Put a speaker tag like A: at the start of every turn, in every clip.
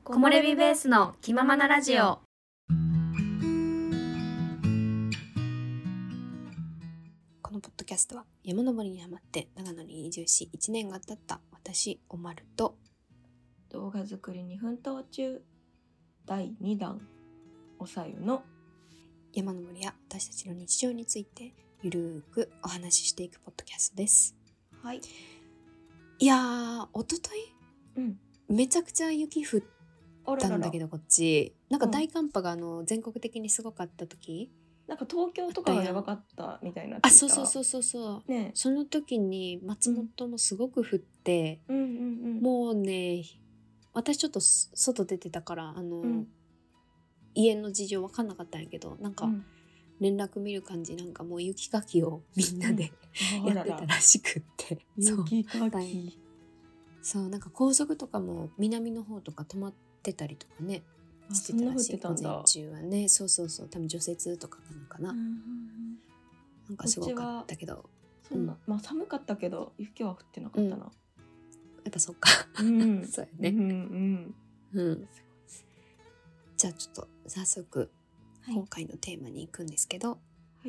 A: 木漏れ日ベースの気ままなラジオ。
B: このポッドキャストは山登りにハマって長野に移住し1年が経った私おまると
A: 動画作りに奮闘中第2弾おさゆの
B: 山登りや私たちの日常についてゆるーくお話ししていくポッドキャストです。
A: はい。
B: いやー、おとといめちゃくちゃ雪降ったんだけど、こっちなんか大寒波が全国的にすごかった時、
A: なんか東京とかがやばかったみたいな聞いた。
B: あ、そう、ね、その時に松本もすごく降って、もうね、私ちょっと外出てたから家の事情分かんなかったんやけど、なんか連絡見る感じ、なんかもう雪かきをみんなで、やってたらしくって、
A: 雪かき、
B: そうなんか高速とかも南の方とか止まってたりとかねしてたらしい。午前中はね、そう多分除雪とかかな、なんかすごかったけど、
A: そんな、まあ寒かったけど雪は降ってなかったな、
B: やっぱそっか、そうやね、じゃあちょっと早速今回のテーマに行くんですけど、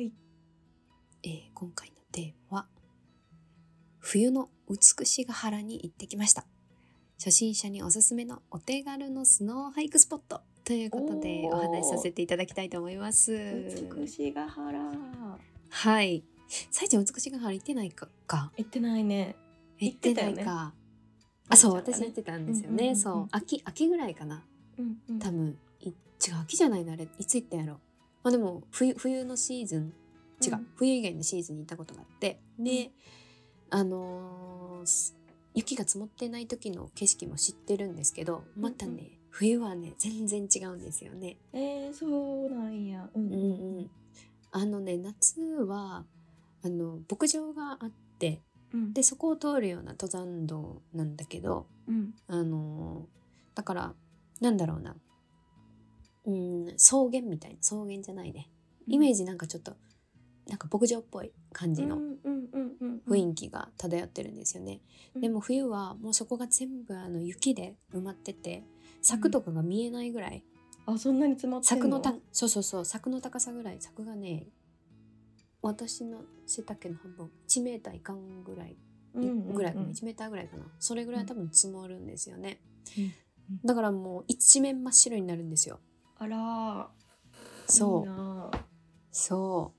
B: 今回のテーマは冬の美しが原に行ってきました。初心者におすすめのお手軽のスノーハイクスポットということでお話しさせていただきたいと思います。
A: 美しが原、
B: はい。さいちゃん美しが原行ってないか。
A: 行ってないね。
B: 行ってないか。あ、そう、私行ってたんですよね。そう、秋ぐらいかな。多分違う、秋じゃないな、あれいつ行ったんやろ。まあでも冬のシーズン、冬以外のシーズンに行ったことがあって、で、雪が積もってない時の景色も知ってるんですけど、またね、冬はね全然違うんですよね。
A: そうなんや。
B: 夏は牧場があって、でそこを通るような登山道なんだけど、だからなんだろうな、草原みたいな、草原じゃないね、イメージなんかちょっとなんか牧場っぽい感じの雰囲気が漂ってるんですよね。でも冬はもうそこが全部雪で埋まってて、柵とかが見えないぐらい、
A: そんなに詰まってんの？
B: 柵の高さぐらい、柵がね、私の背丈の半分、1メーターいかんぐらい、ぐらいかな、1メーターぐらいかな、それぐらい多分積もるんですよね。だからもう一面真っ白になるんですよ。
A: あら、
B: そう、
A: いいな。
B: そう、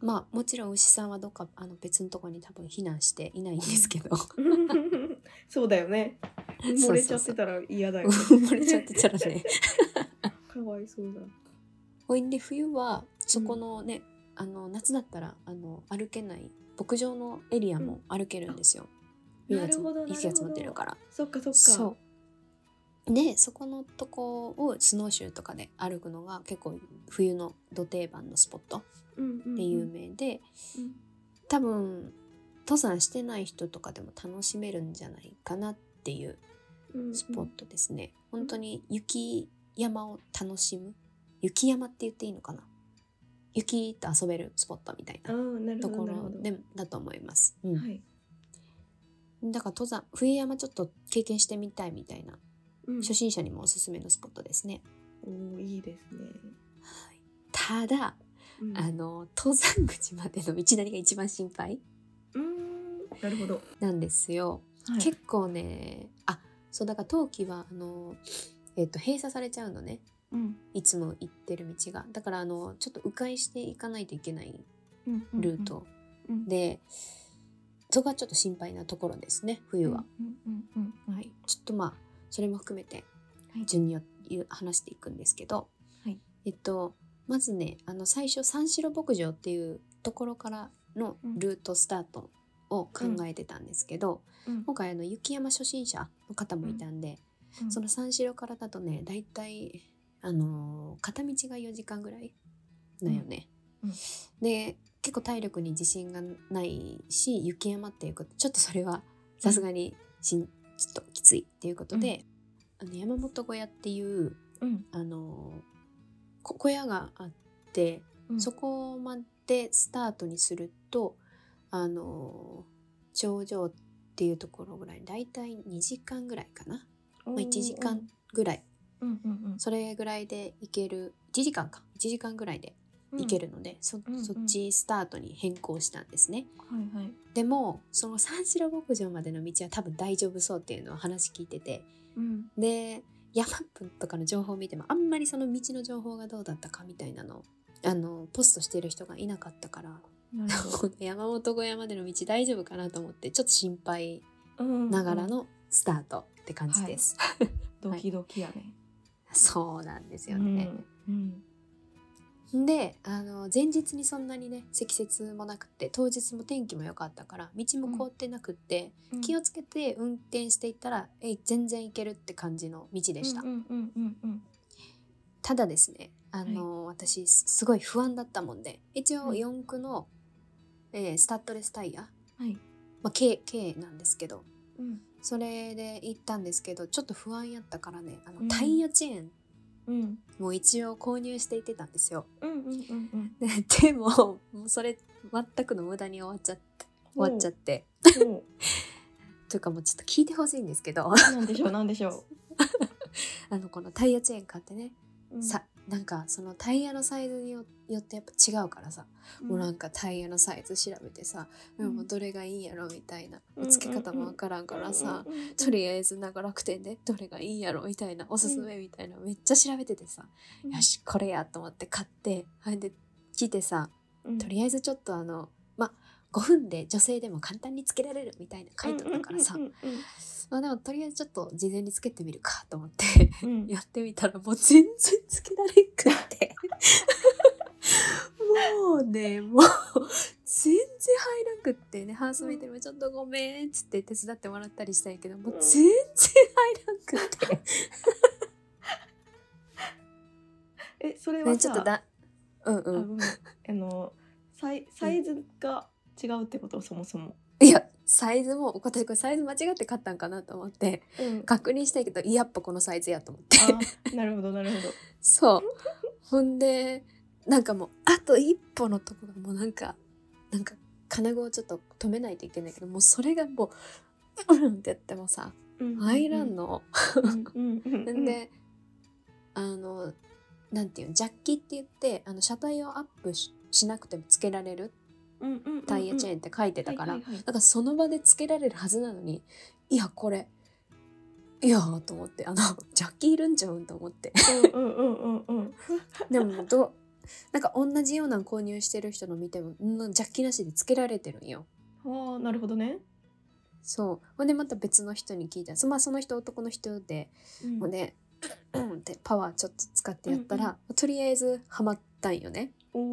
B: まあもちろん牛さんはどっか別のところに多分避難していないんですけど
A: そうだよね、漏れちゃってたら嫌だよね
B: 漏れちゃってたらね
A: かわいそうだ。
B: ほいんで冬はそこのね、夏だったら歩けない牧場のエリアも歩けるんですよ、雪が積もってるから。
A: そっか
B: そうで、そこのとこをスノーシューとかで歩くのが結構冬のど定番のスポットで有名で、多分登山してない人とかでも楽しめるんじゃないかなっていうスポットですね。本当に雪山を楽しむ、雪山って言っていいのかな、雪と遊べるスポットみたいなところだと思います。だから登山、冬山ちょっと経験してみたいみたいな、初心者にもおすすめのスポットですね。
A: いいですね。
B: ただ、登山口までの道のりが一番心配
A: なるほど
B: なんですよ、結構ね。そうだから冬季は閉鎖されちゃうのね、いつも行ってる道が。だからちょっと迂回していかないといけないルートで、そこがちょっと心配なところですね、冬は。ちょっとまあそれも含めて順に話していくんですけど、まずね、最初三城牧場っていうところからのルートスタートを考えてたんですけど、今回雪山初心者の方もいたんで、その三城からだとね、だいたい片道が4時間ぐらいだよね、で結構体力に自信がないし、雪山っていうことちょっとそれはさすがにちょっときついっていうことで、山本小屋っていう小屋があって、そこまでスタートにすると頂上っていうところぐらいだいたい2時間ぐらいかな、1時間ぐらいそれぐらいで行ける、1時間ぐらいで行けるので、そっちスタートに変更したんですね。
A: はいはい、
B: でもその三四郎牧場までの道は多分大丈夫そうっていうのを話聞いてて、でヤマップとかの情報を見てもあんまりその道の情報がどうだったかみたいなのポストしてる人がいなかったから、山本小屋までの道大丈夫かなと思ってちょっと心配ながらのスタートって感じです、
A: はい、ドキドキやね、
B: そうなんですよね、で前日にそんなにね積雪もなくて、当日も天気も良かったから道も凍ってなくって、気をつけて運転していったら全然行けるって感じの道でした。ただですね私すごい不安だったもんで、一応四駆の、スタッドレスタイヤ、K なんですけど、それで行ったんですけど、ちょっと不安やったからねタイヤチェーンもう一応購入していってたんですよ。でももうそれ全くの無駄に終わっちゃってというかもうちょっと聞いてほしいんですけど
A: なんでしょう
B: このタイヤチェーン買ってね、なんかそのタイヤのサイズによってやっぱ違うからさ、もうなんかタイヤのサイズ調べてさ、もうどれがいいんやろみたいな、付け方もわからんからさ、とりあえず楽天でどれがいいんやろみたいな、おすすめみたいなめっちゃ調べててさ、よしこれやと思って買って、で来てさ、とりあえずちょっと5分で女性でも簡単につけられるみたいな書いてあったからさ、でもとりあえずちょっと事前につけてみるかと思ってやってみたらもう全然つけられんくってもうね全然入らんくってね、ハウスメイトにもちょっとごめんっつって手伝ってもらったりしたんやけど、もう全然入らんくって
A: それはさ、
B: ちょっと
A: サイズが違うってこと？そもそも
B: いやサイズも私これサイズ間違って買ったんかなと思って、確認したいけどやっぱこのサイズやと思って
A: なるほど
B: そうほんでなんかもうあと一歩のところもなんか金具をちょっと止めないといけないけど、もうそれがもうってやってもさ入らんのでなんていうの、ジャッキって言って車体をアップしなくてもつけられるタイヤチェーンって書いてたから、だからその場でつけられるはずなのに、いやこれいやと思ってジャッキいるんちゃうんと思ってでもなんか同じような購入してる人の見てもジャッキなしでつけられてるんよ。
A: なるほどね。
B: そうほんでまた別の人に聞いたら、その人男の人で、ほんでってパワーちょっと使ってやったら、とりあえずハマったんよね。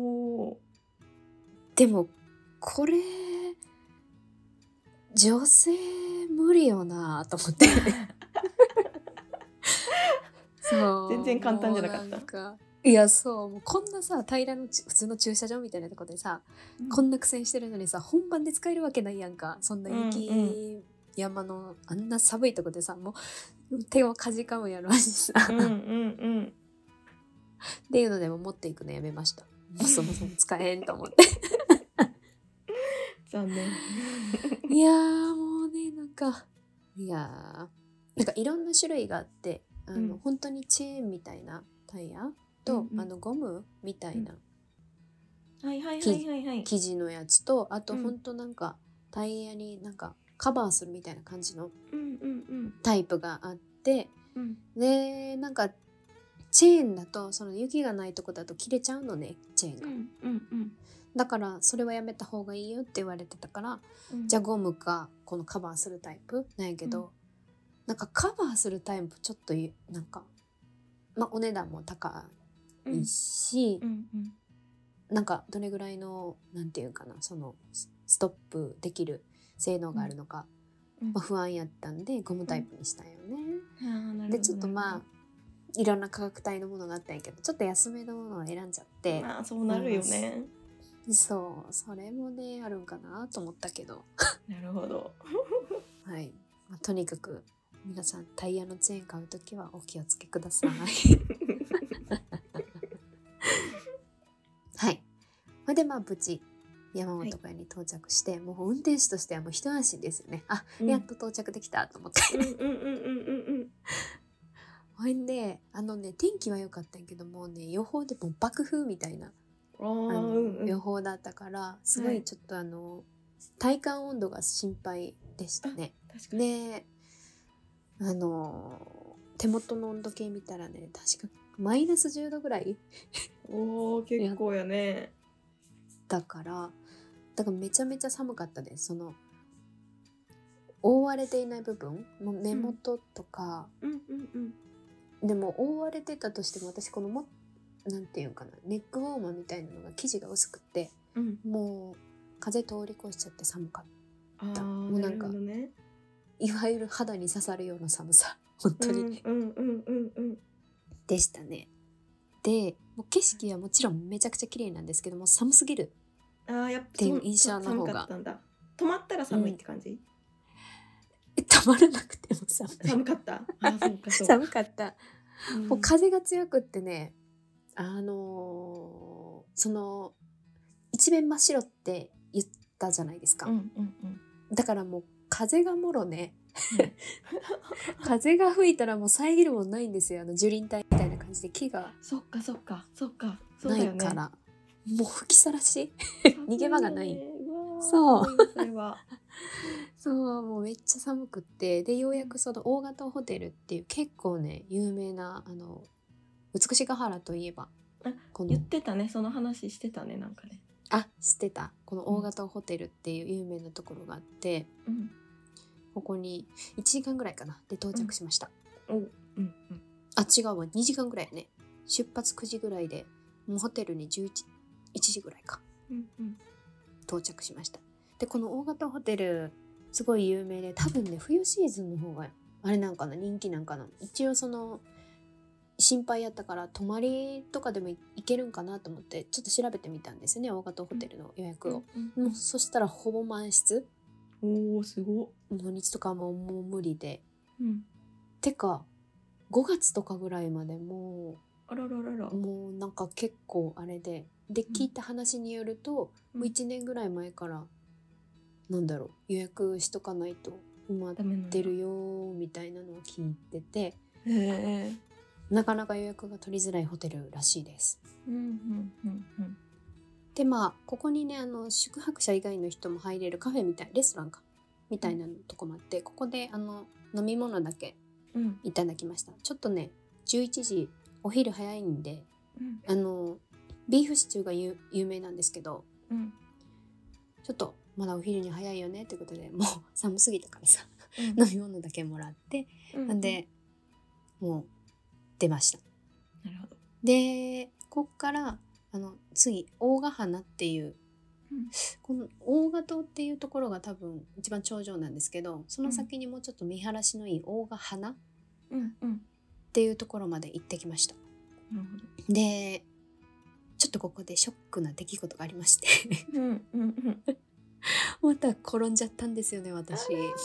B: でもこれ女性無理よなと思ってそう
A: 全然簡単じゃなかった。
B: いやそうもうこんなさ平らの普通の駐車場みたいなとこでさ、こんな苦戦してるのにさ本番で使えるわけないやんか。そんな雪、山のあんな寒いとこでさ、もう手をかじかむやろしさっていうのでも持っていくのやめました。もうそもそも使えんと思って
A: 残念
B: いやもうねなんかいろんな種類があって、本当にチェーンみたいなタイヤと、ゴムみたいな生地のやつと、あと本当なんかタイヤになんかカバーするみたいな感じのタイプがあって、でなんかチェーンだとその雪がないとこだと切れちゃうのね、チェーンが、だからそれはやめた方がいいよって言われてたから、じゃあゴムかこのカバーするタイプなんやけど、なんかカバーするタイプちょっとなんかお値段も高いし、なんかどれぐらいのなんていうかな、そのストップできる性能があるのか、不安やったんでゴムタイプにしたんよね。でちょっといろんな価格帯のものがあったんやけど、ちょっと安めのものを選んじゃって、
A: そうなるよね。
B: そうそれもねあるんかなと思ったけど
A: なるほど
B: はい、とにかく皆さんタイヤのチェーン買うときはお気をつけくださいはい。それで無事山本小屋に到着して、もう運転手としてはもう一安心ですよね。やっと到着できたと思ってほんで天気は良かったんやけどもね、予報でも爆風みたいな予報だったからすごいちょっと体感温度が心配でしたね。で手元の温度計見たらね、確かマイナス10度ぐらい
A: おー結構やね。
B: だからめちゃめちゃ寒かったです。その覆われていない部分も根元とか、でも覆われてたとしても私このなんていうかな、ネックウォーマーみたいなのが生地が薄くて、もう風通り越しちゃって寒かった。もうなんか、ね、いわゆる肌に刺さるような寒さ本当に、でしたね。でもう景色はもちろんめちゃくちゃ綺麗なんですけども、寒すぎるっていう印象の方が。
A: 止まったら寒いって感じ？
B: 止まらなくても
A: 寒かった。
B: 寒かった、もう風が強くってね、その一面真っ白って言ったじゃないですか、だからもう風がもろね風が吹いたらもう遮るもんないんですよ。樹林帯みたいな感じで木がないから、もう吹きさらし逃げ場がない。そうもうめっちゃ寒くって、でようやくその大型ホテルっていう結構ね有名な美しが原といえば
A: 言ってたね、その話してたね、なんかね。
B: 知ってた。この大型ホテルっていう有名なところがあって、ここに1時間ぐらいかなで到着しました。違うわ、2時間ぐらいね。出発9時ぐらいでもうホテルに1時ぐらいか、到着しました。でこの大型ホテルすごい有名で、多分ね冬シーズンの方があれなんかな、人気なんかな。一応その心配やったから泊まりとかでも行けるんかなと思ってちょっと調べてみたんですね、大型ホテルの予約を。もうそしたらほぼ満室。
A: すごい。
B: 土日とかもう無理で、てか5月とかぐらいまでもうなんか結構あれで聞いた話によると、もう1年ぐらい前からなんだろう、予約しとかないと埋まってるよみたいなのを聞いてて、なかなか予約が取りづらいホテルらしいです。でここにね宿泊者以外の人も入れるカフェみたい、レストランかみたいなとこもあって、ここで飲み物だけいただきました。ちょっとね11時お昼早いんで、ビーフシチューが有名なんですけど、ちょっとまだお昼に早いよねってことで、もう寒すぎたからさ、飲み物だけもらって、なんでもう出ました。
A: なるほど。
B: でこっから次大ヶ花っていう、この大ヶ島っていうところが多分一番頂上なんですけど、その先にもうちょっと見晴らしのいい大ヶ花っていうところまで行ってきました。でちょっとここでショックな出来事がありましてまた転んじゃったんですよね、私。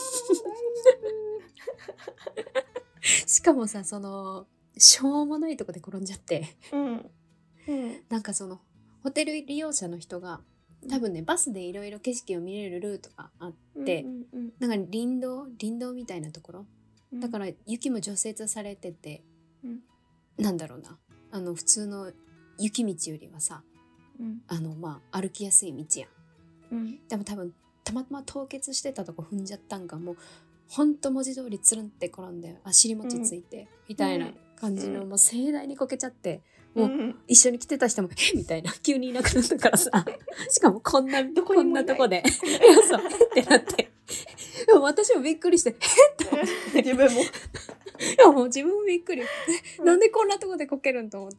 B: しかもさ、そのしょうもないとこで転んじゃって、なんかそのホテル利用者の人が多分ねバスでいろいろ景色を見れるルートがあって、なんか林道みたいなところ、だから雪も除雪されてて、なんだろうな、普通の雪道よりはさ、歩きやすい道や、でも多分たまたま凍結してたとこ踏んじゃったんか、もうほんと文字通りつるんって転んで尻餅ついて、みたいな感じの、もう盛大にこけちゃって、もう一緒に来てた人もみたいな、急にいなくなったからさしかもこんなとこでそうってなって、でも私もびっくりしてって思って
A: 自分も
B: もう自分もびっくり、なんでこんなとこでこけるんと思って、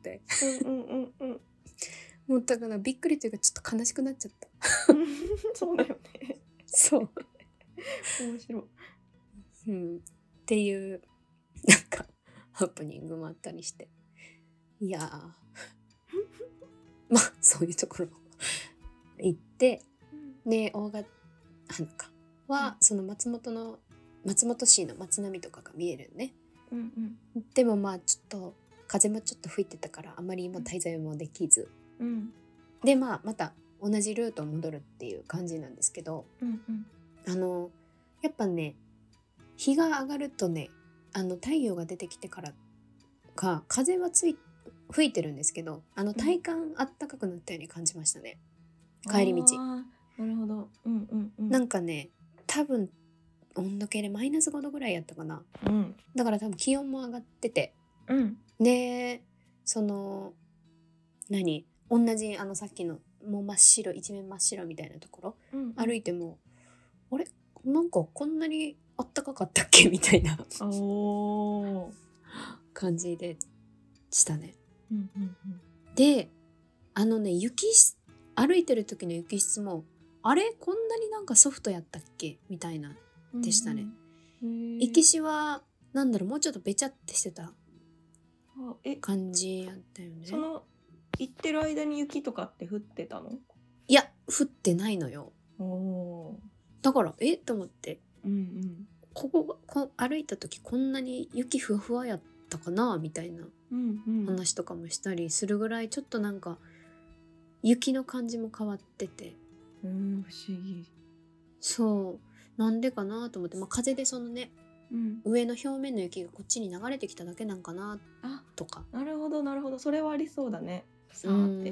B: もうだからびっくりというかちょっと悲しくなっちゃった
A: そうだよね。
B: そう
A: 面白い、
B: っていうなんかハプニングもあったりして、いやそういうところ行って、で大ヶ花かは、その松本市の街並みとかが見えるね、でもちょっと風もちょっと吹いてたからあまり今滞在もできず、でまた同じルートを戻るっていう感じなんですけど、やっぱね日が上がるとね太陽が出てきてからか風は吹いてるんですけど、体感あったかくなったように感じましたね、帰り道。
A: なるほど。
B: なんかね、多分温度計でマイナス5度ぐらいやったかな、だから多分気温も上がってて、でその同じさっきのもう真っ白、一面真っ白みたいなところ、歩いてもあれなんかこんなにあったかかったっけみたいな感じでしたね。で歩いてる時の雪質もあれこんなになんかソフトやったっけみたいなでしたね。行きしはもうちょっとべちゃってしてた感じやったよね。
A: その行ってる間に雪とかって降ってたの？
B: いや降ってないのよ。だからと思って、歩いた時こんなに雪ふわふわやったかなみたいな話とかもしたりするぐらい、ちょっとなんか雪の感じも変わってて、
A: 不思議。
B: そうなんでかなと思って、風でそのね、上の表面の雪がこっちに流れてきただけなんかなとか。
A: なるほどなるほど、それはありそうだね。
B: そう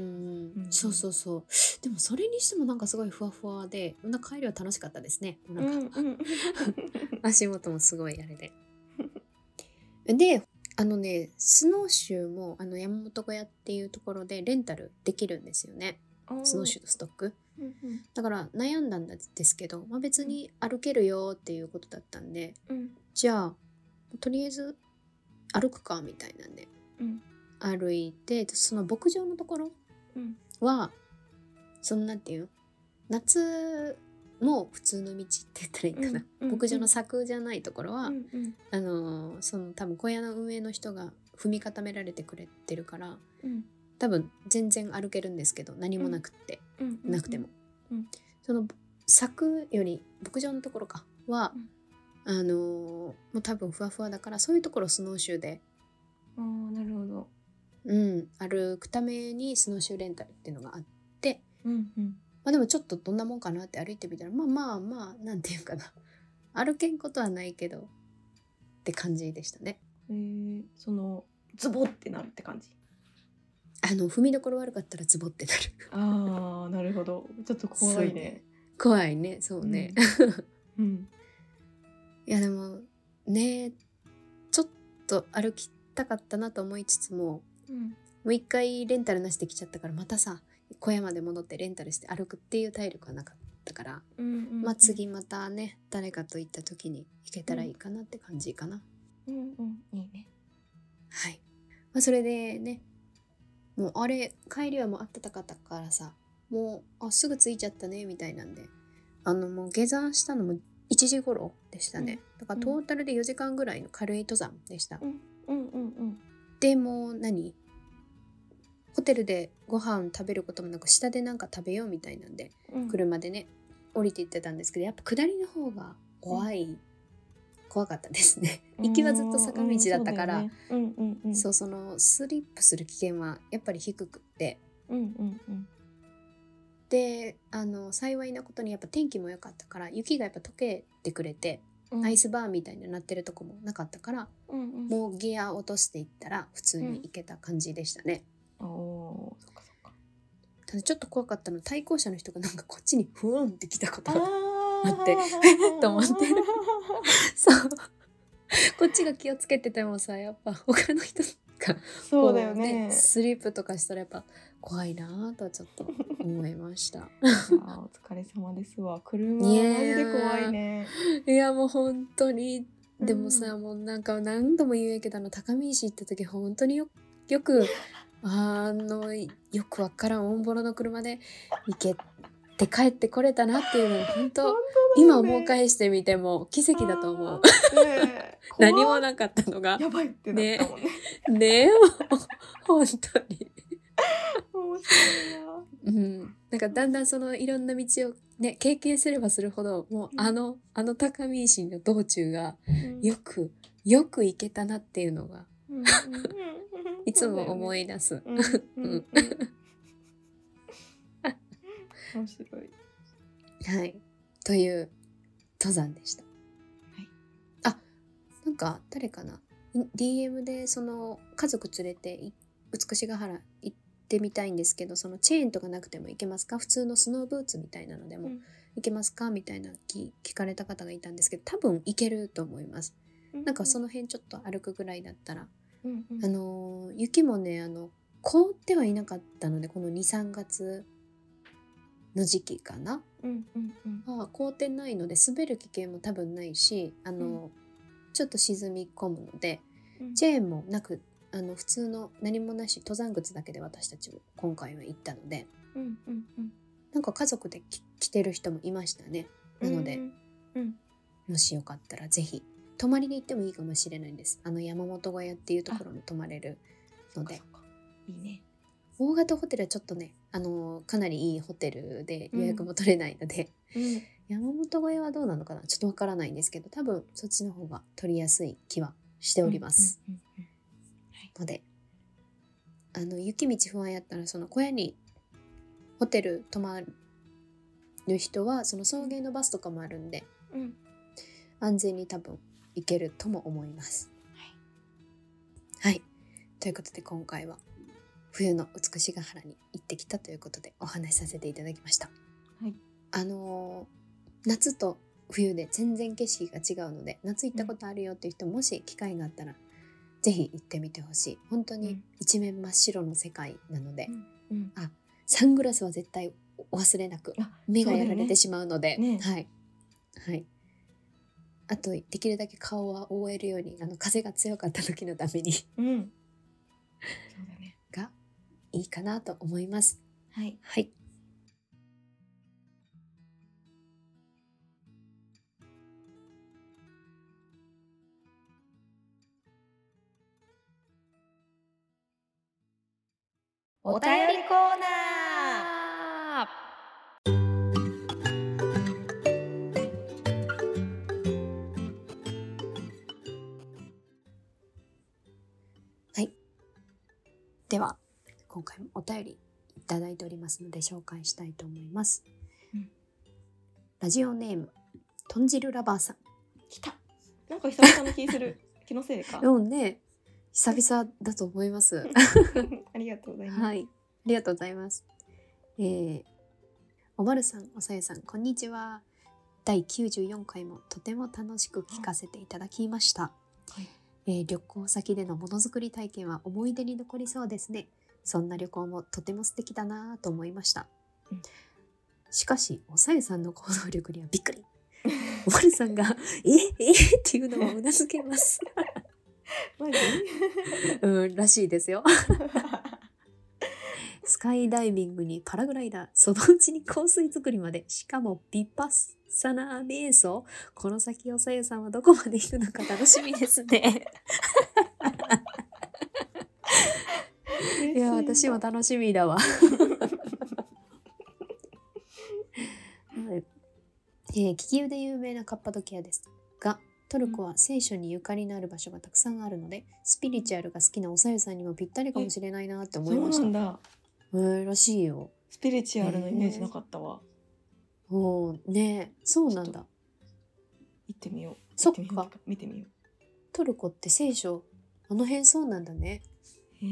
B: でもそれにしてもなんかすごいふわふわで、帰りは楽しかったですね。なんか足元もすごいあれででスノーシューも山本小屋っていうところでレンタルできるんですよね、スノーシューとストック。だから悩んだんですけど、別に歩けるよっていうことだったんで、じゃあとりあえず歩くかみたいなんで、歩いて、その牧場のところは、そのなんていうの、夏も普通の道って言ったらいいかな、牧場の柵じゃないところは、その多分小屋の運営の人が踏み固められてくれてるから、多分全然歩けるんですけど、何もなくって、なくても、その柵より牧場のところは、もう多分ふわふわだから、そういうところスノーシューで、
A: なるほど、
B: 歩くためにスノーシューレンタルっていうのがあって、でもちょっとどんなもんかなって歩いてみたら、まあなんていうかな、歩けんことはないけどって感じでしたね。
A: そのズボってなるって感じ？
B: 踏みどころ悪かったらズボってなる。
A: なるほど、ちょっと怖いね。
B: 怖いね、そうね。いやでもね、ちょっと歩きたかったなと思いつつも、もう一回レンタルなしで来ちゃったから、またさ小屋まで戻ってレンタルして歩くっていう体力はなかったから、次またね誰かと行った時に行けたらいいかなって感じかな。
A: いいね。
B: はい。それでね、もう帰りはもう暖かかったからさ、もうすぐ着いちゃったねみたいなんで、もう下山したのも1時頃でしたね。だからトータルで4時間ぐらいの軽い登山でした。でもホテルでご飯食べることもなく、下でなんか食べようみたいなんで、車でね降りて行ってたんですけど、やっぱ下りの方が怖かったですね。行きはずっと坂道だったから、そのスリップする危険はやっぱり低くって、で幸いなことにやっぱ天気も良かったから、雪がやっぱ溶けてくれて、アイスバーンみたいになってるとこもなかったから、もうギア落としていったら普通に行けた感じでしたね。
A: そっかそっか。
B: ただちょっと怖かったの、対向車の人がなんかこっちにふわんって来たことがあってと思ってそうこっちが気をつけててもさ、やっぱ他の人が
A: そうだよね、
B: スリップとかしたらやっぱ怖いなとちょっと思いました
A: お疲れ様ですわ。車はマジで怖いね。
B: いやもう本当に。でもさ、もうなんか何度も言うけど、高見石行った時本当によくよくわからんオンボロの車で行けて帰ってこれたなっていうのが本当今思い返してみても奇跡だと思う。何もなかったのが
A: やばいってなったもんね。
B: ねもう本当に
A: 面白いな。
B: なんかだんだんそのいろんな道をね経験すればするほど、もうあの高見石の道中がよく行けたなっていうのがいつも思い出す。面白い。はい、という登山でした。はい、なんか誰かな、 DM でその家族連れて美しが原行ってみたいんですけど、そのチェーンとかなくても行けますか、普通のスノーブーツみたいなのでも行けますかみたいな聞かれた方がいたんですけど、多分行けると思います。なんかその辺ちょっと歩くぐらいだったら、雪もね凍ってはいなかったので、この 2,3 月の時期かな、凍ってないので滑る危険も多分ないし、ちょっと沈み込むので、チェーンもなく普通の何もなし登山靴だけで私たちも今回は行ったので、なんか家族で来てる人もいましたね。なので、もしよかったらぜひ泊まりで行ってもいいかもしれないんです。山本小屋っていうところも泊まれるので。
A: いいね。
B: 大型ホテルはちょっとねかなりいいホテルで予約も取れないので、山本小屋はどうなのかな、ちょっとわからないんですけど、多分そっちの方が取りやすい気はしております。ので雪道不安やったら、その小屋にホテル泊まる人はその送迎のバスとかもあるんで、安全に多分行けるとも思います。はい、ということで今回は冬の美しが原に行ってきたということでお話しさせていただきました。夏と冬で全然景色が違うので、夏行ったことあるよっていう人、もし機会があったらぜひ行ってみてほしい。本当に一面真っ白の世界なので、サングラスは絶対お忘れなく、目がやられてしまうので、はい、あとできるだけ顔は覆えるように、風が強かった時のために、そうだね、がいいかなと思います。はい。
A: お便りコーナー。
B: はい。では今回もお便りいただいておりますので紹介したいと思います。ラジオネーム豚汁ラバーさん。
A: 来た。なんか久々の気する。気のせいか。
B: ね。久々だと思います。
A: ありがとうございます。
B: はい、ありがとうございます。おまるさん、おさゆさん、こんにちは。第94回もとても楽しく聞かせていただきました。旅行先でのものづくり体験は思い出に残りそうですね。そんな旅行もとても素敵だなと思いました。しかしおさゆさんの行動力にはびっくり。おまるさんがっていうのもうなずけます。
A: マジ？
B: らしいですよ。スカイダイビングにパラグライダー、そのうちに香水作りまで、しかもビパッサナー瞑想。この先おさゆさんはどこまで行くのか楽しみですね。いや私も楽しみだわ。気球で有名なカッパドキアですが、トルコは聖書にゆかりのある場所がたくさんあるので、スピリチュアルが好きなおさゆさんにもぴったりかもしれないなって思いました。
A: そうなんだ。
B: らしいよ。
A: スピリチュアルのイメージなかったわ。
B: ね、そうなんだ。
A: 行ってみよう。
B: そっか。
A: 見てみよう。
B: トルコって聖書あの辺そうなんだね。
A: へえ。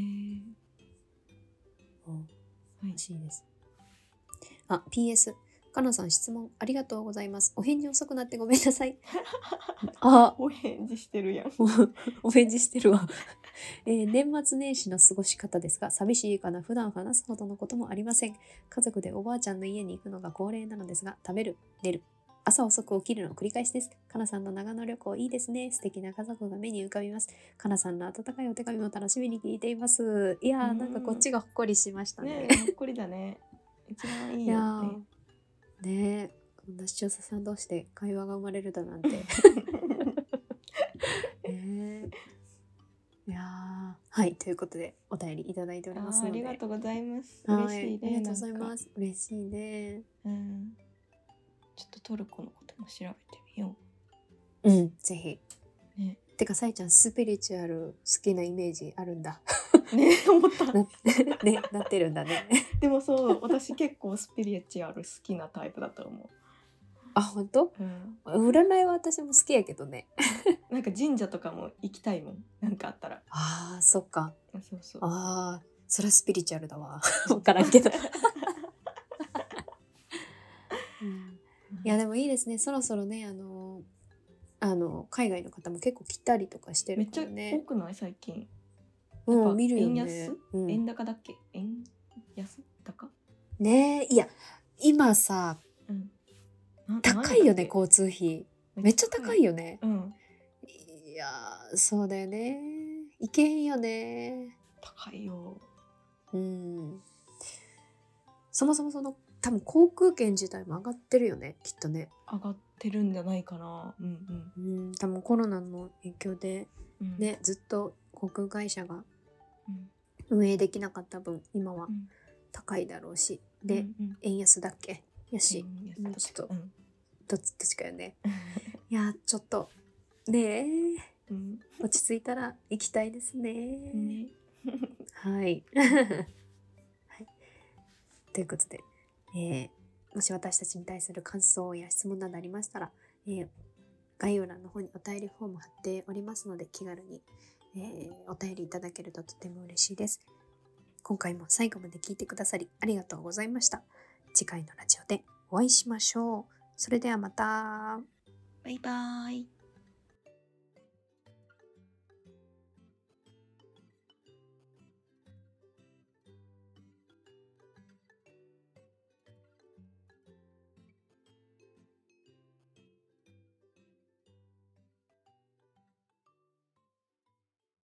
B: らしいです。PS。かなさん、質問ありがとうございます。お返事遅くなってごめんなさい。
A: お返事してるやん。
B: お返事してるわ。年末年始の過ごし方ですが、寂しいかな。普段話すほどのこともありません。家族でおばあちゃんの家に行くのが恒例なのですが、食べる、寝る、朝遅く起きるの繰り返しです。かなさんの長野旅行いいですね。素敵な家族が目に浮かびます。かなさんの温かいお手紙も楽しみに聞いています。いやー、なんかこっちがほっこりしましたね。
A: ほっこりだね。一番いいよね。
B: ねえ、こんな視聴者さん同士で会話が生まれるだなんて。いやはい、ということでお便りいただいておりますので、
A: ありがとうございます。嬉しいね。
B: ありがとうございます。嬉しいね。
A: ちょっとトルコのことも調べてみよ
B: う。ぜひ。ね。てかさいちゃんスピリチュアル好きなイメージあるんだ。
A: ね、思った
B: ね、なってるんだね。
A: でもそう、私結構スピリチュアル好きなタイプだと思う。
B: あ、本当？占いは私も好きやけどね。
A: なんか神社とかも行きたいもん、なんかあったら。
B: ああ、そっか。
A: そうそう。
B: ああ、それはスピリチュアルだわ。分からんけど。いやでもいいですね。そろそろね、海外の方も結構来たりとかしてるからね。
A: めっちゃ多くない最近。
B: 見るよね。
A: 円安、円高だっけ、円安高
B: ねえ。いや今さ、高いよね、交通費。めっちゃ高いよね。いやそうだよね。いけんよね。
A: 高いよ。
B: そもそも多分航空券自体も上がってるよね、きっとね。
A: 上がってるんじゃないかな。
B: 多分コロナの影響でね、ずっと航空会社が運営できなかった分、今は高いだろうし、で、円安だっけやし、もうちょっと、どっちかよね。いやちょっとねえ、落ち着いたら行きたいですね。はい。ということで、もし私たちに対する感想や質問などありましたら、概要欄の方にお便りフォーム貼っておりますので、気軽に、お便りいただけるととても嬉しいです。今回も最後まで聞いてくださりありがとうございました。次回のラジオでお会いしましょう。それではまた。
A: バイバーイ。